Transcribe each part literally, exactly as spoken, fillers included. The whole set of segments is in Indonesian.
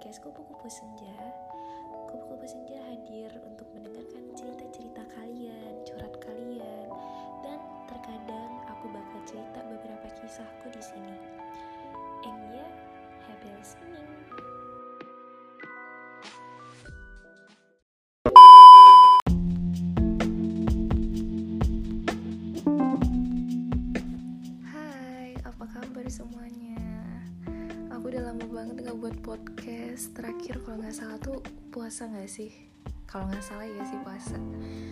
podcast Kupu-Kupu Senja. Kupu-Kupu Senja hadir untuk mendengarkan cerita-cerita kalian, curhat kalian, dan terkadang aku bakal cerita beberapa kisahku di sini. And yeah, happy listening. Hai, apa kabar semuanya? Aku udah lama banget gak buat podcast. Terakhir kalau gak salah tuh puasa gak sih? Kalau gak salah ya sih puasa.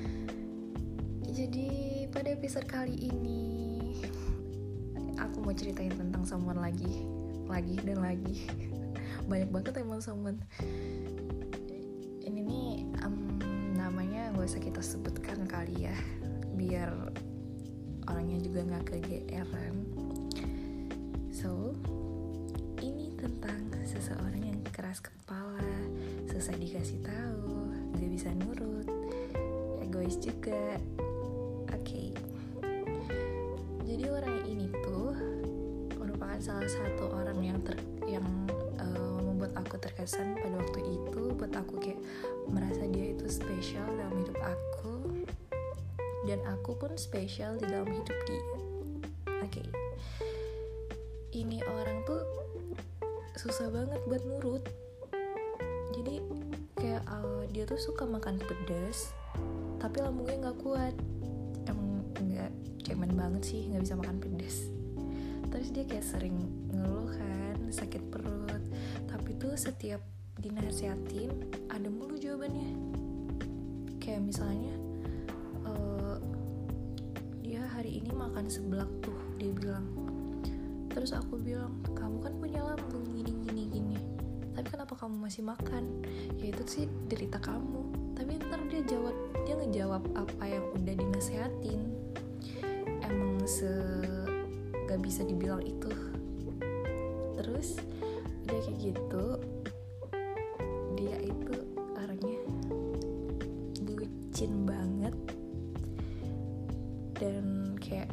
Jadi pada episode kali ini aku mau ceritain tentang someone lagi. Lagi dan lagi. Banyak banget emang someone. Ini nih um, namanya gak usah kita sebutkan kali ya, biar orangnya juga gak kegeeran. So tentang seseorang yang keras kepala, susah dikasih tahu, gak bisa nurut, egois juga. Oke, okay. Jadi orang ini tuh merupakan salah satu orang yang ter, yang uh, membuat aku terkesan pada waktu itu. Buat aku kayak merasa dia itu spesial dalam hidup aku, dan aku pun spesial di dalam hidup dia. Oke, okay. Ini orang tuh susah banget buat nurut. Jadi kayak uh, dia tuh suka makan pedas, tapi lambungnya nggak kuat. Emang nggak cemen banget sih, nggak bisa makan pedas. Terus dia kayak sering ngeluh kan, sakit perut. Tapi tuh setiap dinasihatin ada mulu jawabannya. Kayak misalnya uh, dia hari ini makan seblak tuh, dia bilang. Terus aku bilang, kamu kan punya lambung gini-gini-gini, tapi kenapa kamu masih makan? Ya itu sih derita kamu. Tapi ntar dia jawab, dia ngejawab apa yang udah dinasehatin. Emang se gak bisa dibilang itu. Terus udah kayak gitu, dia itu orangnya bucin banget. Dan kayak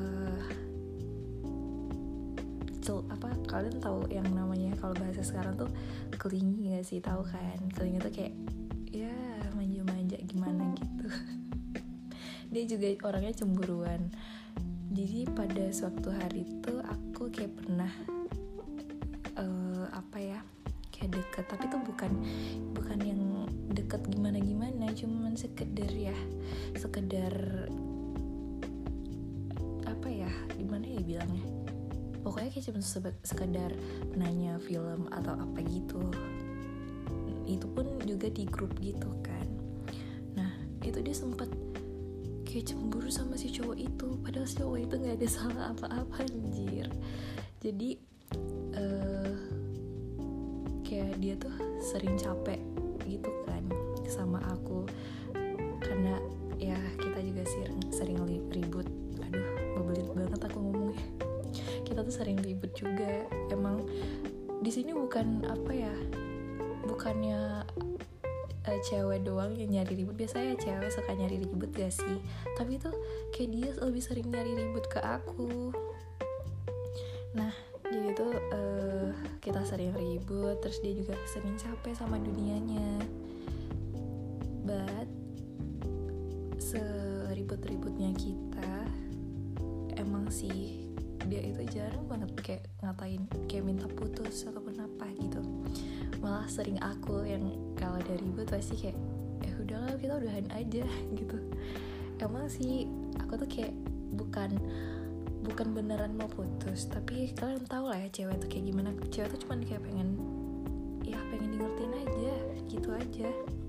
apa, kalian tahu yang namanya kalau bahasa sekarang tuh clingy gak sih? Tahu kan? Clingy tuh kayak ya manja-manja gimana gitu. Dia juga orangnya cemburuan. Jadi pada suatu hari tuh aku kayak pernah uh, apa ya, kayak deket, tapi tuh bukan bukan yang deket gimana-gimana, cuman sekedar ya sekedar apa ya, gimana ya bilangnya, pokoknya kayak cuma sekedar nanya film atau apa gitu. Itu pun juga di grup gitu kan. Nah itu dia sempat kayak cemburu sama si cowok itu, padahal si cowok itu gak ada salah apa-apa anjir. Jadi uh, kayak dia tuh sering capek gitu kan sama aku, karena ya kita juga sering, sering ribut. Aduh ngebelit banget aku ngomongnya. Kita tuh sering ribut juga. Emang di sini bukan apa ya, bukannya uh, cewek doang yang nyari ribut. Biasanya cewek suka nyari ribut gak sih? Tapi tuh kayak dia lebih sering nyari ribut ke aku. Nah jadi tuh uh, kita sering ribut. Terus dia juga sering capek sama dunianya. But seribut-ributnya kita, emang sih dia itu jarang banget kayak ngatain, kayak minta putus ataupun apa gitu. Malah sering aku yang kalau ada ribut pasti kayak eh udahlah kita udahan aja gitu. Emang sih aku tuh kayak bukan bukan beneran mau putus, tapi kalian tahu lah ya cewek tuh kayak gimana. Cewek tuh cuman kayak pengen ya pengen di ngertiin aja gitu aja.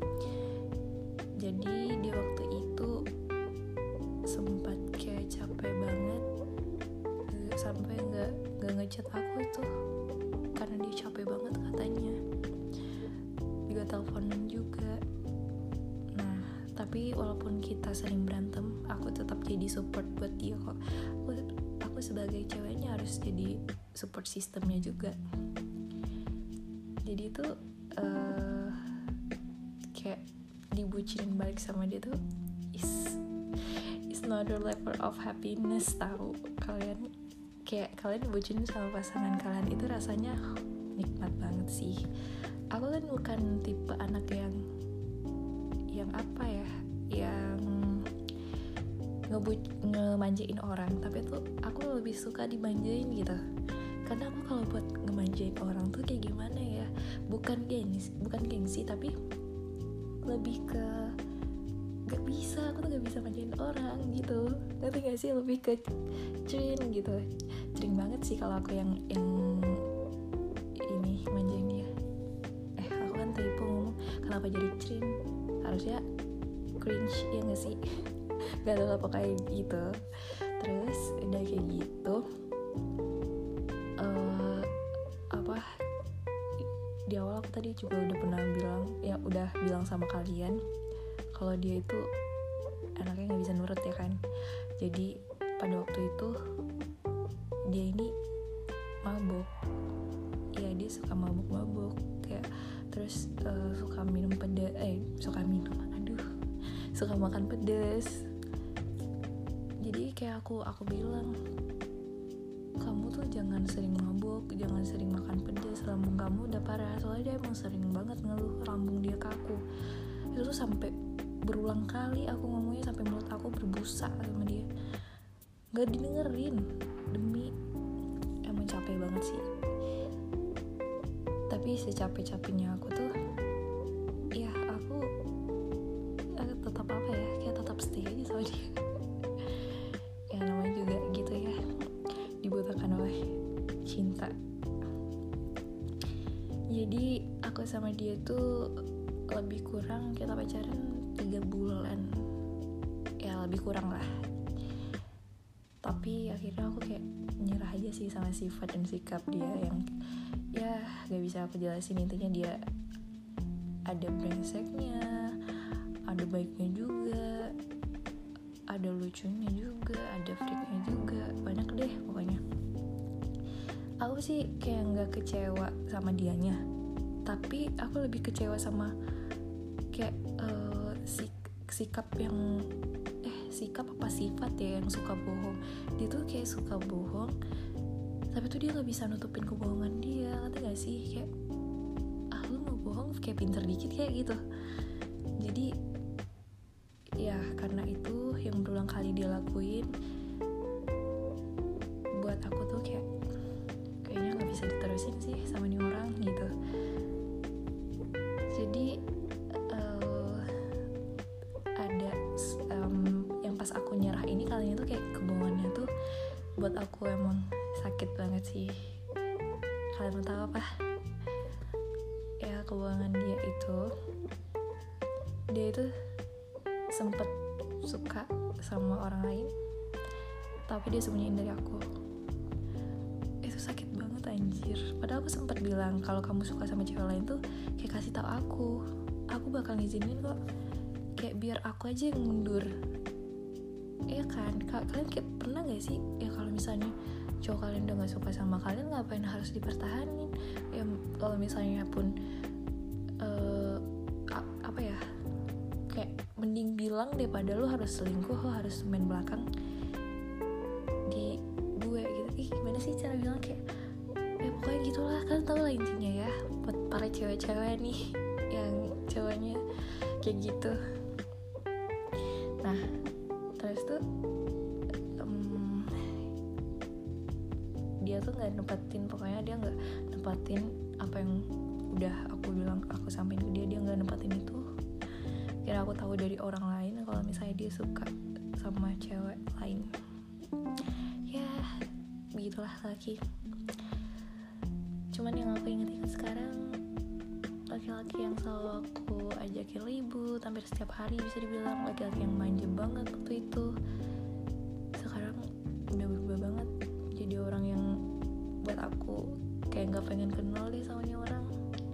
Jadi di waktu itu sempat kayak capek banget, sampai nggak nggak ngechat aku itu karena dia capek banget katanya. Juga teleponan juga. Nah tapi walaupun kita sering berantem, aku tetap jadi support buat dia kok. Aku, aku sebagai ceweknya harus jadi support sistemnya juga. Jadi itu uh, kayak dibucinin balik sama dia tuh is is another level of happiness, tahu kalian. kayak kalian dibucinin sama pasangan kalian itu rasanya nikmat banget sih. Aku kan bukan tipe anak yang yang apa ya, yang ngebuc ngemanjain orang, tapi tuh aku lebih suka dimanjain gitu. Karena aku kalau buat ngemanjain orang tuh kayak gimana ya, bukan gengsi, bukan gengsi tapi lebih ke gak bisa, aku tuh gak bisa manjain orang gitu, ngerti gak sih, lebih ke crin gitu, crin banget sih kalau aku yang yang ini manjain dia. Eh aku kan tipe ngomong, kenapa jadi crin, harusnya cringe ya gak sih? Gak tau apa kayak gitu. Terus udah kayak gitu uh, apa di awal aku tadi juga udah pernah bilang, ya udah bilang sama kalian kalau dia itu anaknya nggak bisa nurut ya kan. Jadi pada waktu itu dia ini mabuk, ya dia suka mabuk-mabuk kayak, terus uh, suka minum pedas, eh suka minum, aduh, suka makan pedas. Jadi kayak aku aku bilang, kamu tuh jangan sering mabuk, jangan sering makan pedas, lambung kamu udah parah. Soalnya dia emang sering banget ngeluh lambung dia kaku. Itu tuh sampai berulang kali aku ngomongnya, sampai mulut aku berbusa sama dia, nggak didengerin. Demi emang capek banget sih. Tapi secapek-capeknya aku tuh, ya aku eh, tetap apa ya, kayak tetap stay aja sama dia. Ya namanya juga gitu ya, dibutakan oleh cinta. Jadi aku sama dia tuh lebih kurang kita pacaran tiga bulan, ya lebih kurang lah. Tapi akhirnya aku kayak nyerah aja sih sama sifat dan sikap dia yang ya gak bisa aku jelasin. Intinya dia ada brengseknya, ada baiknya juga, ada lucunya juga, ada freaknya juga, banyak deh pokoknya. Aku sih kayak gak kecewa sama dianya, tapi aku lebih kecewa sama kayak uh, sik- sikap yang eh sikap apa sifat ya yang suka bohong. Dia tuh kayak suka bohong, tapi tuh dia nggak bisa nutupin kebohongan dia, ngerti gak sih? Kayak ah lu mau bohong kayak pinter dikit kayak gitu. Jadi ya karena itu yang berulang kali dia lakuin, buat aku tuh kayak kayaknya nggak bisa diterusin sih sama nih orang gitu. Jadi aku nyerah ini kalinya tuh kayak kebohongannya tuh buat aku emang sakit banget sih. Kalian mau tahu apa? Ya kebohongan dia itu, dia itu sempet suka sama orang lain, tapi dia sembunyiin dari aku. Itu sakit banget anjir. Padahal aku sempet bilang kalau kamu suka sama cewek lain tuh kayak kasih tahu aku, aku bakal ngizinin kok. Kayak biar aku aja yang mundur. Iya kan, kalian kayak pernah gak sih ya kalau misalnya cowok kalian udah gak suka sama kalian, ngapain harus dipertahanin ya? Kalau misalnya pun uh, apa ya, kayak mending bilang daripada lu harus selingkuh, lu harus main belakang di gue gitu. Ih gimana sih cara bilang, kayak ya pokoknya gitulah. Kalian tau lah intinya ya, buat para cewek-cewek nih yang cowoknya kayak gitu. Nah terus tuh um, dia tuh nggak nempatin, pokoknya dia nggak nempatin apa yang udah aku bilang, aku sampein ke dia, dia nggak nempatin itu. Kira aku tahu dari orang lain kalau misalnya dia suka sama cewek lain. Ya begitulah laki. Cuman yang aku inget-inget sekarang, laki-laki yang selalu aku ajakin ribut hampir setiap hari, bisa dibilang laki-laki yang manja banget waktu itu, sekarang udah berubah banget jadi orang yang buat aku kayak nggak pengen kenal deh sama nih orang.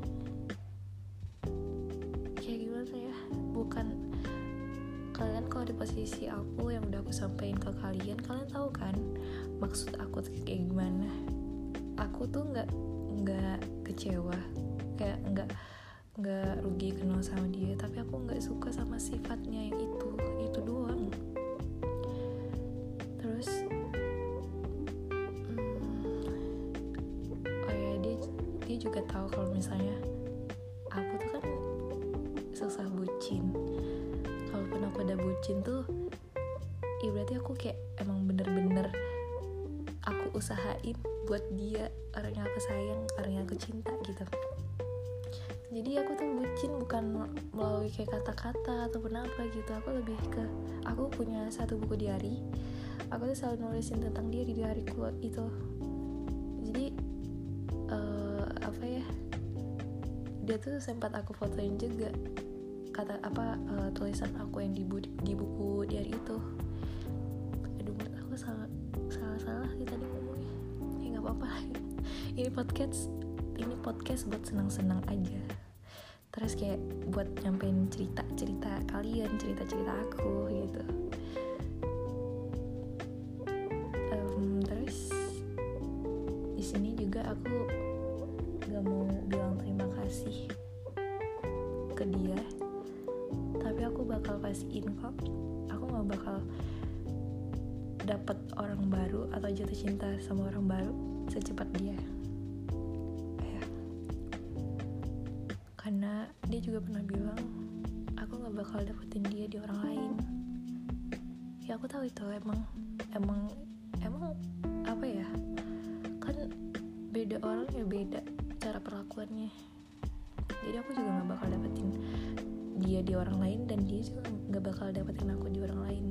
Kayak gimana ya, bukan kalian kalau di posisi aku yang udah aku sampein ke kalian, kalian tahu kan maksud aku kayak gimana. Aku tuh nggak nggak kecewa, kayak nggak nggak rugi kenal sama dia, tapi aku nggak suka sama sifatnya yang itu itu doang. Terus hmm, dia juga tahu kalau misalnya aku tuh kan susah bucin. Kalaupun aku udah bucin tuh ya berarti aku kayak emang bener-bener aku usahain buat dia, orang yang aku sayang, orang yang aku cinta gitu. Jadi aku tuh bucin bukan melalui kayak kata-kata ataupun apa gitu. Aku lebih ke, aku punya satu buku diary, aku tuh selalu nulisin tentang dia di diaryku itu. Jadi uh, apa ya, dia tuh sempat aku fotoin juga kata apa uh, tulisan aku yang di, bu- di buku diary itu. Aduh, menurut aku salah salah salah sih tadi ngomongnya. Ya nggak apa-apa. Ini podcast ini podcast buat senang-senang aja. Terus kayak buat nyampein cerita-cerita kalian, cerita-cerita aku gitu. Um, terus di sini juga aku gak mau bilang terima kasih ke dia, tapi aku bakal pastiin kok aku gak bakal dapet orang baru atau jatuh cinta sama orang baru secepat dia. Karena dia juga pernah bilang aku gak bakal dapetin dia di orang lain. Ya aku tahu itu emang emang emang apa ya, kan beda orang ya beda cara perlakuannya. Jadi aku juga gak bakal dapetin dia di orang lain, dan dia juga gak bakal dapetin aku di orang lain.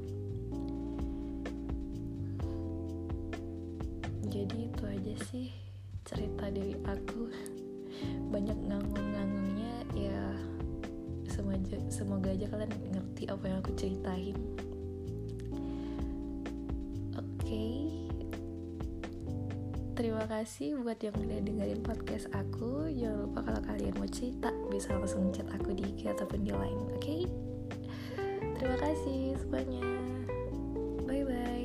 Jadi itu aja sih cerita dari aku. Banyak nganggung-nganggungnya ya, semoga, semoga aja kalian ngerti apa yang aku ceritain. Oke, okay. Terima kasih buat yang udah dengerin podcast aku. Jangan lupa kalau kalian mau cerita bisa langsung chat aku di I G ataupun di Line. Oke okay? Terima kasih semuanya. Bye bye.